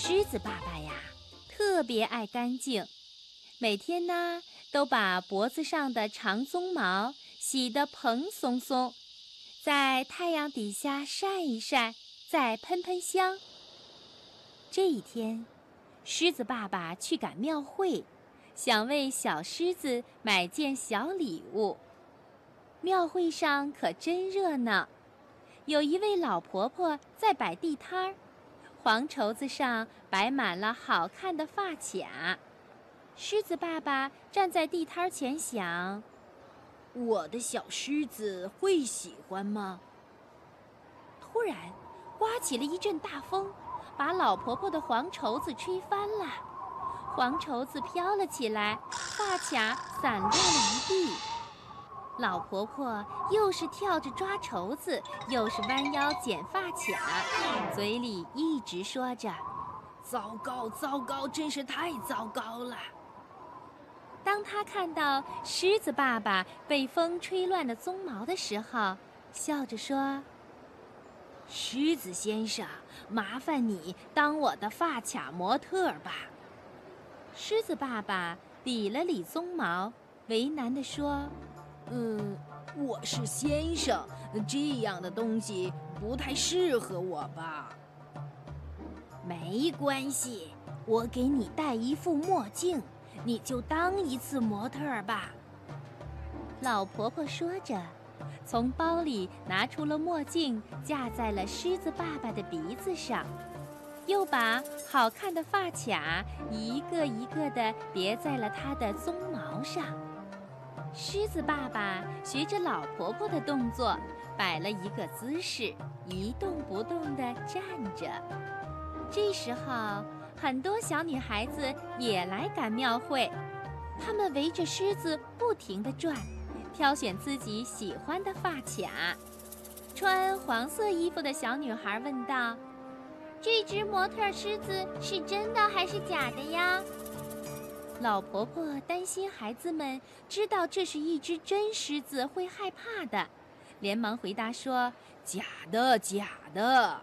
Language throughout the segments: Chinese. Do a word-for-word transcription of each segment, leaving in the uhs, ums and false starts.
狮子爸爸呀，特别爱干净，每天呢都把脖子上的长鬃毛洗得蓬松松，在太阳底下晒一晒，再喷喷香。这一天，狮子爸爸去赶庙会，想为小狮子买件小礼物。庙会上可真热闹，有一位老婆婆在摆地摊儿，黄绸子上摆满了好看的发卡。狮子爸爸站在地摊前想， 我的小狮子会喜欢吗？ 突然刮起了一阵大风，把老婆婆的黄绸子吹翻了，黄绸子飘了起来，发卡散落了一地。老婆婆又是跳着抓绸子，又是弯腰捡发卡，嘴里一直说着： 糟糕糟糕，真是太糟糕了。 当她看到狮子爸爸被风吹乱了鬃毛的时候，笑着说： 狮子先生，麻烦你当我的发卡模特吧。 狮子爸爸理了理鬃毛，为难地说： 嗯，我是先生，这样的东西不太适合我吧。没关系，我给你戴一副墨镜，你就当一次模特吧。 老婆婆说着，从包里拿出了墨镜，架在了狮子爸爸的鼻子上，又把好看的发卡一个一个地别在了他的鬃毛上。狮子爸爸学着老婆婆的动作，摆了一个姿势，一动不动地站着。这时候，很多小女孩子也来赶庙会，她们围着狮子不停地转，挑选自己喜欢的发卡。穿黄色衣服的小女孩问道：这只模特狮子是真的还是假的呀？老婆婆担心孩子们知道这是一只真狮子会害怕的，连忙回答说： 假的，假的。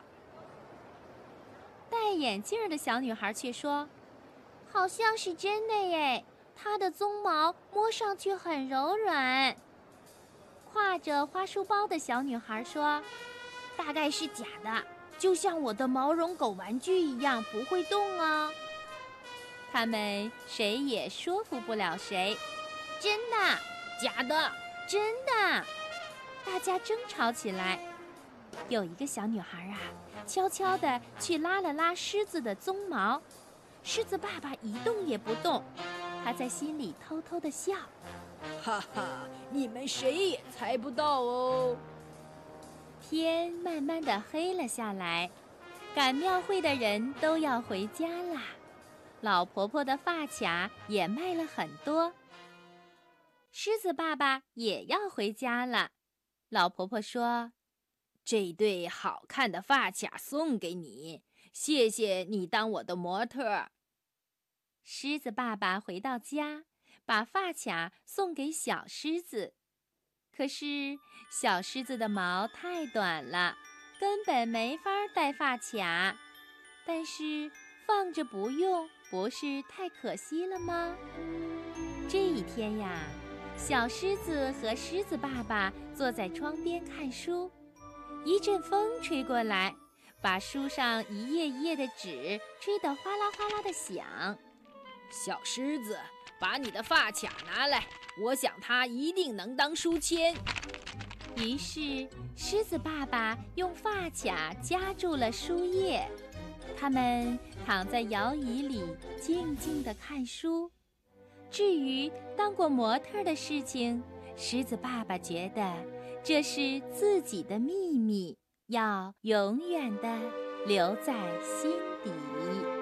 戴眼镜的小女孩却说：好像是真的耶，它的鬃毛摸上去很柔软。挎着花书包的小女孩说：大概是假的，就像我的毛绒狗玩具一样不会动哦。他们谁也说服不了谁，真的，假的，真的，大家争吵起来。有一个小女孩啊，悄悄地去拉了拉狮子的鬃毛，狮子爸爸一动也不动，他在心里偷偷地笑， 哈哈，你们谁也猜不到哦。 天慢慢地黑了下来，赶庙会的人都要回家啦。老婆婆的发卡也卖了很多，狮子爸爸也要回家了。老婆婆说： 这对好看的发卡送给你，谢谢你当我的模特。 狮子爸爸回到家，把发卡送给小狮子。可是小狮子的毛太短了，根本没法戴发卡。但是放着不用，不是太可惜了吗？这一天呀，小狮子和狮子爸爸坐在窗边看书，一阵风吹过来，把书上一页一页的纸吹得哗啦哗啦的响。 小狮子，把你的发卡拿来，我想它一定能当书签。 于是狮子爸爸用发卡夹住了书页，他们躺在摇椅里静静地看书。至于当过模特的事情，狮子爸爸觉得这是自己的秘密，要永远地留在心底。